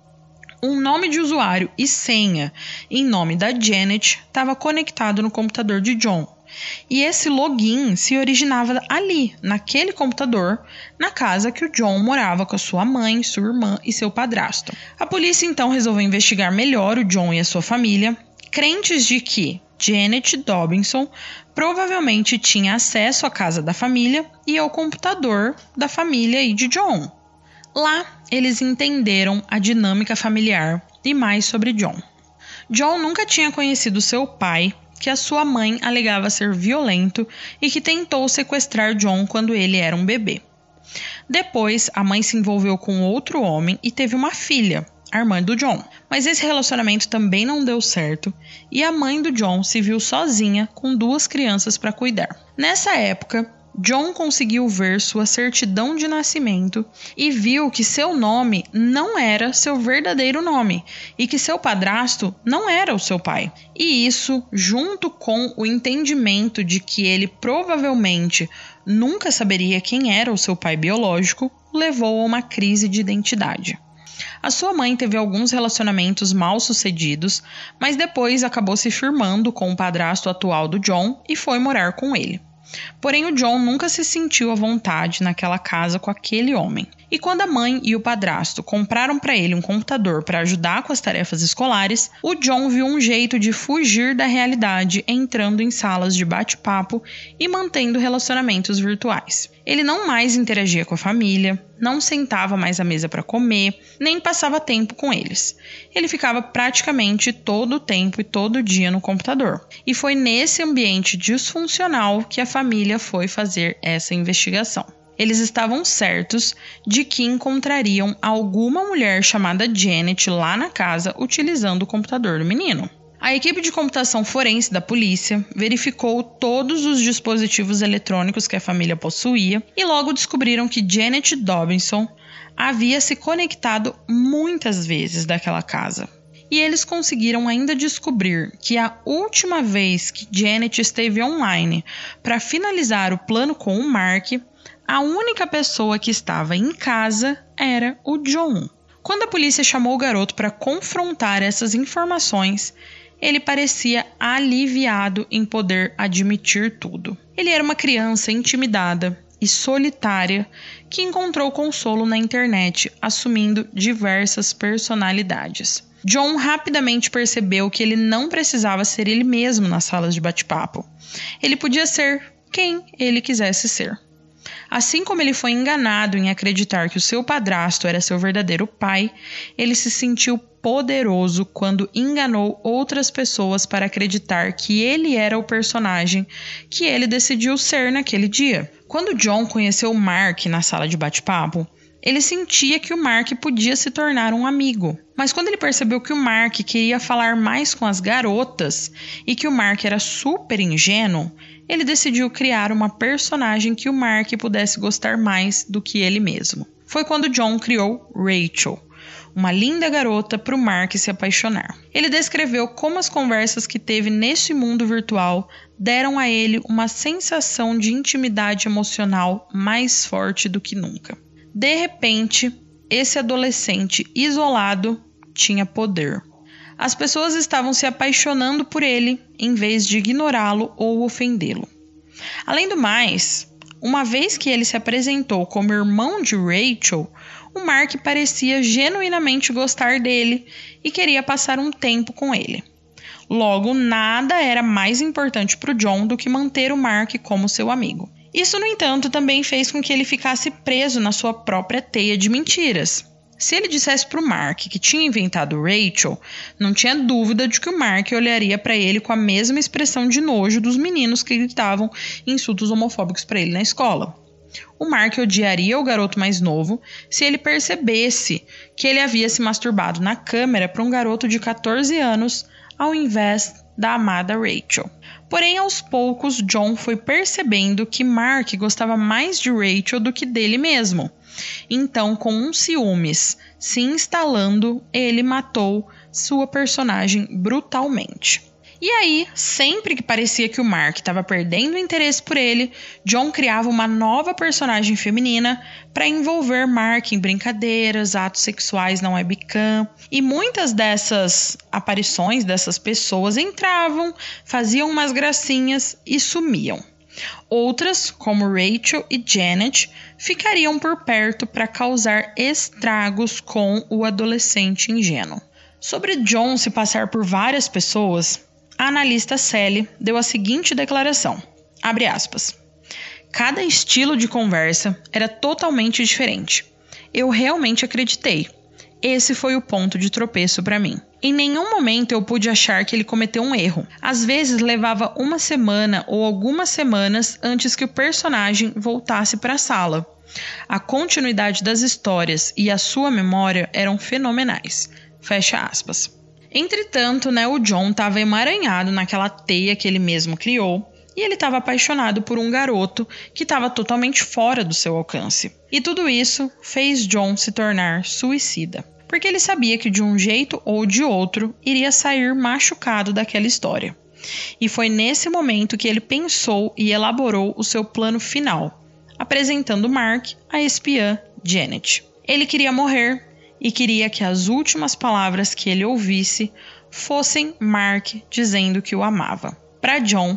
Um nome de usuário e senha em nome da Janet estava conectado no computador de John. E esse login se originava ali, naquele computador, na casa que o John morava com a sua mãe, sua irmã e seu padrasto. A polícia então resolveu investigar melhor o John e a sua família, crentes de que Janet Dobinson provavelmente tinha acesso à casa da família e ao computador da família e de John. Lá, eles entenderam a dinâmica familiar e mais sobre John. John nunca tinha conhecido seu pai, que a sua mãe alegava ser violento e que tentou sequestrar John quando ele era um bebê. Depois, a mãe se envolveu com outro homem e teve uma filha, a irmã do John. Mas esse relacionamento também não deu certo e a mãe do John se viu sozinha com duas crianças para cuidar. Nessa época, John conseguiu ver sua certidão de nascimento e viu que seu nome não era seu verdadeiro nome e que seu padrasto não era o seu pai. E isso, junto com o entendimento de que ele provavelmente nunca saberia quem era o seu pai biológico, levou a uma crise de identidade. A sua mãe teve alguns relacionamentos mal sucedidos, mas depois acabou se firmando com o padrasto atual do John e foi morar com ele. Porém, o John nunca se sentiu à vontade naquela casa com aquele homem. E quando a mãe e o padrasto compraram para ele um computador para ajudar com as tarefas escolares, o John viu um jeito de fugir da realidade entrando em salas de bate-papo e mantendo relacionamentos virtuais. Ele não mais interagia com a família, não sentava mais à mesa para comer, nem passava tempo com eles. Ele ficava praticamente todo o tempo e todo dia no computador. E foi nesse ambiente disfuncional que a família foi fazer essa investigação. Eles estavam certos de que encontrariam alguma mulher chamada Janet lá na casa utilizando o computador do menino. A equipe de computação forense da polícia verificou todos os dispositivos eletrônicos que a família possuía e logo descobriram que Janet Dobinson havia se conectado muitas vezes daquela casa. E eles conseguiram ainda descobrir que a última vez que Janet esteve online para finalizar o plano com o Mark, a única pessoa que estava em casa era o John. Quando a polícia chamou o garoto para confrontar essas informações, ele parecia aliviado em poder admitir tudo. Ele era uma criança intimidada e solitária que encontrou consolo na internet, assumindo diversas personalidades. John rapidamente percebeu que ele não precisava ser ele mesmo nas salas de bate-papo. Ele podia ser quem ele quisesse ser. Assim como ele foi enganado em acreditar que o seu padrasto era seu verdadeiro pai, ele se sentiu poderoso quando enganou outras pessoas para acreditar que ele era o personagem que ele decidiu ser naquele dia. Quando John conheceu Mark na sala de bate-papo, ele sentia que o Mark podia se tornar um amigo. Mas quando ele percebeu que o Mark queria falar mais com as garotas e que o Mark era super ingênuo, ele decidiu criar uma personagem que o Mark pudesse gostar mais do que ele mesmo. Foi quando John criou Rachel, uma linda garota para o Mark se apaixonar. Ele descreveu como as conversas que teve nesse mundo virtual deram a ele uma sensação de intimidade emocional mais forte do que nunca. De repente, esse adolescente isolado tinha poder. As pessoas estavam se apaixonando por ele em vez de ignorá-lo ou ofendê-lo. Além do mais, uma vez que ele se apresentou como irmão de Rachel, o Mark parecia genuinamente gostar dele e queria passar um tempo com ele. Logo, nada era mais importante para o John do que manter o Mark como seu amigo. Isso, no entanto, também fez com que ele ficasse preso na sua própria teia de mentiras. Se ele dissesse para o Mark que tinha inventado Rachel, não tinha dúvida de que o Mark olharia para ele com a mesma expressão de nojo dos meninos que gritavam insultos homofóbicos para ele na escola. O Mark odiaria o garoto mais novo se ele percebesse que ele havia se masturbado na câmera para um garoto de catorze anos ao invés da amada Rachel. Porém, aos poucos, John foi percebendo que Mark gostava mais de Rachel do que dele mesmo. Então, com um ciúmes se instalando, ele matou sua personagem brutalmente. E aí, sempre que parecia que o Mark estava perdendo o interesse por ele, John criava uma nova personagem feminina para envolver Mark em brincadeiras, atos sexuais na webcam. E muitas dessas aparições dessas pessoas entravam, faziam umas gracinhas e sumiam. Outras, como Rachel e Janet, ficariam por perto para causar estragos com o adolescente ingênuo. Sobre John se passar por várias pessoas, a analista Sally deu a seguinte declaração, abre aspas, cada estilo de conversa era totalmente diferente. Eu realmente acreditei. Esse foi o ponto de tropeço para mim. Em nenhum momento eu pude achar que ele cometeu um erro. Às vezes levava uma semana ou algumas semanas antes que o personagem voltasse para a sala. A continuidade das histórias e a sua memória eram fenomenais. Fecha aspas. Entretanto, né, o John estava emaranhado naquela teia que ele mesmo criou e ele estava apaixonado por um garoto que estava totalmente fora do seu alcance. E tudo isso fez John se tornar suicida, porque ele sabia que de um jeito ou de outro iria sair machucado daquela história. E foi nesse momento que ele pensou e elaborou o seu plano final, apresentando Mark à espiã Janet. Ele queria morrer e queria que as últimas palavras que ele ouvisse fossem Mark dizendo que o amava. Para John,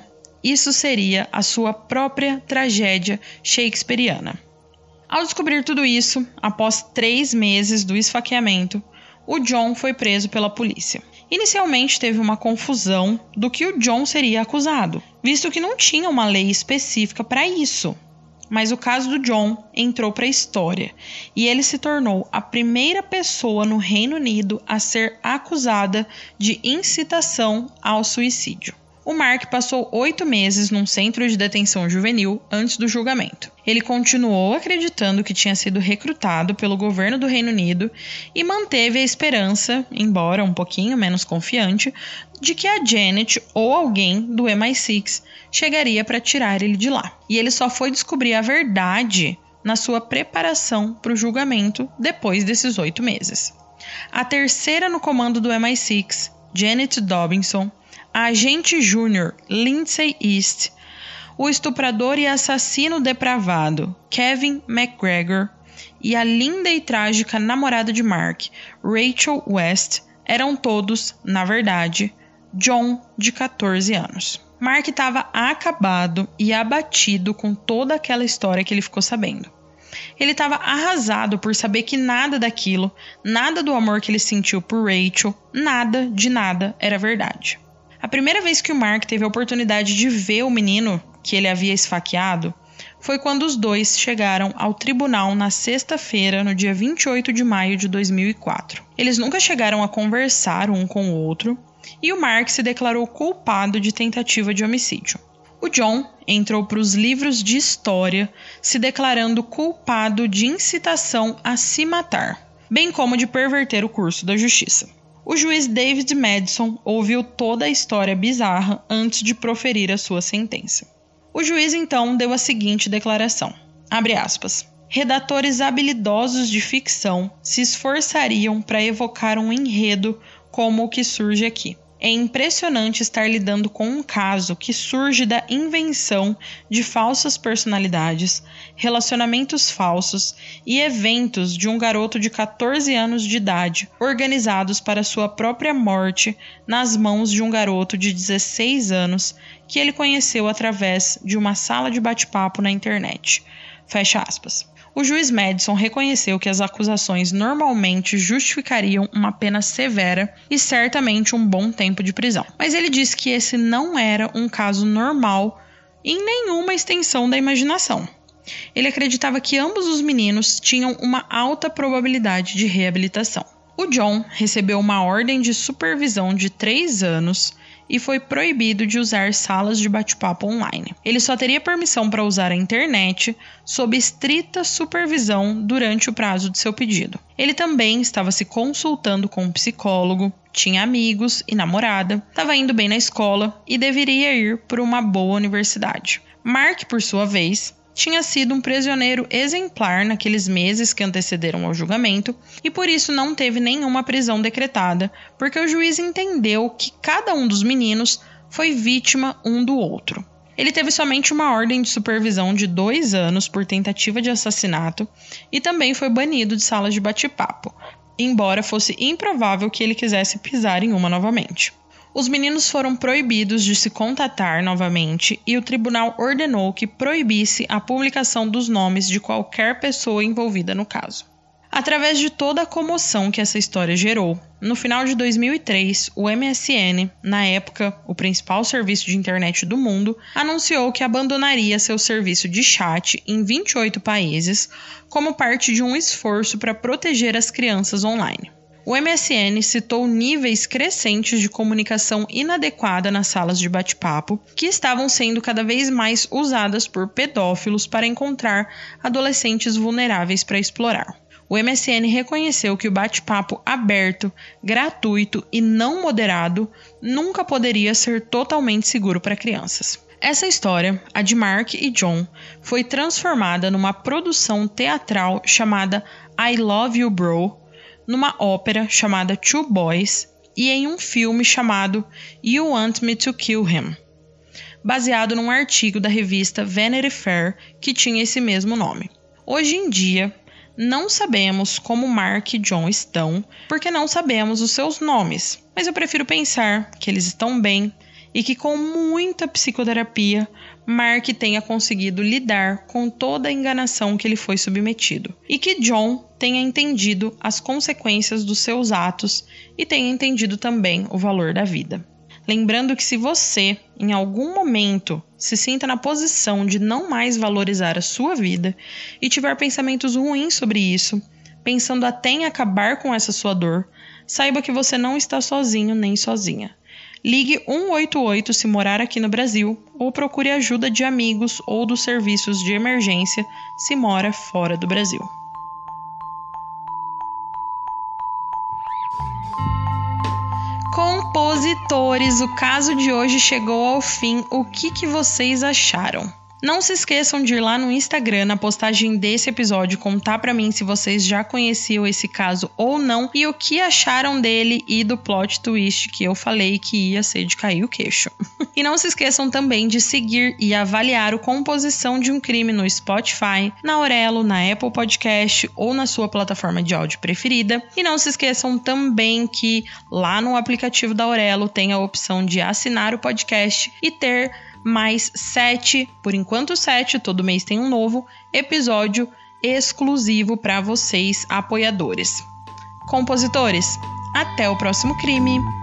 isso seria a sua própria tragédia shakespeariana. Ao descobrir tudo isso, após três meses do esfaqueamento, o John foi preso pela polícia. Inicialmente teve uma confusão do que o John seria acusado, visto que não tinha uma lei específica para isso. Mas o caso do John entrou para a história e ele se tornou a primeira pessoa no Reino Unido a ser acusada de incitação ao suicídio. O Mark passou oito meses num centro de detenção juvenil antes do julgamento. Ele continuou acreditando que tinha sido recrutado pelo governo do Reino Unido e manteve a esperança, embora um pouquinho menos confiante, de que a Janet ou alguém do M I seis chegaria para tirar ele de lá. E ele só foi descobrir a verdade na sua preparação para o julgamento depois desses oito meses. A terceira no comando do M I seis, Janet Dobinson, a agente júnior Lindsay East, o estuprador e assassino depravado Kevin McGregor e a linda e trágica namorada de Mark, Rachel West, eram todos, na verdade, John, de catorze anos. Mark estava acabado e abatido com toda aquela história que ele ficou sabendo. Ele estava arrasado por saber que nada daquilo, nada do amor que ele sentiu por Rachel, nada de nada era verdade. A primeira vez que o Mark teve a oportunidade de ver o menino que ele havia esfaqueado foi quando os dois chegaram ao tribunal na sexta-feira, no dia vinte e oito de maio de dois mil e quatro. Eles nunca chegaram a conversar um com o outro e o Mark se declarou culpado de tentativa de homicídio. O John entrou para os livros de história se declarando culpado de incitação a se matar, bem como de perverter o curso da justiça. O juiz David Madison ouviu toda a história bizarra antes de proferir a sua sentença. O juiz então deu a seguinte declaração, abre aspas, redatores habilidosos de ficção se esforçariam para evocar um enredo como o que surge aqui. É impressionante estar lidando com um caso que surge da invenção de falsas personalidades, relacionamentos falsos e eventos de um garoto de catorze anos de idade, organizados para sua própria morte nas mãos de um garoto de dezesseis anos que ele conheceu através de uma sala de bate-papo na internet. Fecha aspas. O juiz Madison reconheceu que as acusações normalmente justificariam uma pena severa e certamente um bom tempo de prisão. Mas ele disse que esse não era um caso normal em nenhuma extensão da imaginação. Ele acreditava que ambos os meninos tinham uma alta probabilidade de reabilitação. O John recebeu uma ordem de supervisão de três anos e foi proibido de usar salas de bate-papo online. Ele só teria permissão para usar a internet sob estrita supervisão durante o prazo de seu pedido. Ele também estava se consultando com um psicólogo, tinha amigos e namorada, estava indo bem na escola e deveria ir para uma boa universidade. Mark, por sua vez, tinha sido um prisioneiro exemplar naqueles meses que antecederam ao julgamento e por isso não teve nenhuma prisão decretada, porque o juiz entendeu que cada um dos meninos foi vítima um do outro. Ele teve somente uma ordem de supervisão de dois anos por tentativa de assassinato e também foi banido de salas de bate-papo, embora fosse improvável que ele quisesse pisar em uma novamente. Os meninos foram proibidos de se contatar novamente e o tribunal ordenou que proibisse a publicação dos nomes de qualquer pessoa envolvida no caso. Através de toda a comoção que essa história gerou, no final de dois mil e três, o M S N, na época o principal serviço de internet do mundo, anunciou que abandonaria seu serviço de chat em vinte e oito países como parte de um esforço para proteger as crianças online. O M S N citou níveis crescentes de comunicação inadequada nas salas de bate-papo, que estavam sendo cada vez mais usadas por pedófilos para encontrar adolescentes vulneráveis para explorar. O M S N reconheceu que o bate-papo aberto, gratuito e não moderado nunca poderia ser totalmente seguro para crianças. Essa história, a de Mark e John, foi transformada numa produção teatral chamada I Love You Bro, numa ópera chamada Two Boys e em um filme chamado You Want Me to Kill Him, baseado num artigo da revista Vanity Fair que tinha esse mesmo nome. Hoje em dia, não sabemos como Mark e John estão, porque não sabemos os seus nomes, mas eu prefiro pensar que eles estão bem e que com muita psicoterapia, Mark tenha conseguido lidar com toda a enganação que ele foi submetido e que John tenha entendido as consequências dos seus atos e tenha entendido também o valor da vida. Lembrando que se você, em algum momento, se sinta na posição de não mais valorizar a sua vida e tiver pensamentos ruins sobre isso, pensando até em acabar com essa sua dor, saiba que você não está sozinho nem sozinha. Ligue um oito oito se morar aqui no Brasil ou procure ajuda de amigos ou dos serviços de emergência se mora fora do Brasil. Compositores, o caso de hoje chegou ao fim. O que, que vocês acharam? Não se esqueçam de ir lá no Instagram, na postagem desse episódio, contar pra mim se vocês já conheciam esse caso ou não e o que acharam dele e do plot twist que eu falei que ia ser de cair o queixo. E não se esqueçam também de seguir e avaliar o Composição de um Crime no Spotify, na Aurelo, na Apple Podcast ou na sua plataforma de áudio preferida. E não se esqueçam também que lá no aplicativo da Aurelo tem a opção de assinar o podcast e ter mais sete, por enquanto sete, todo mês tem um novo episódio exclusivo para vocês, apoiadores. Compositores, até o próximo crime!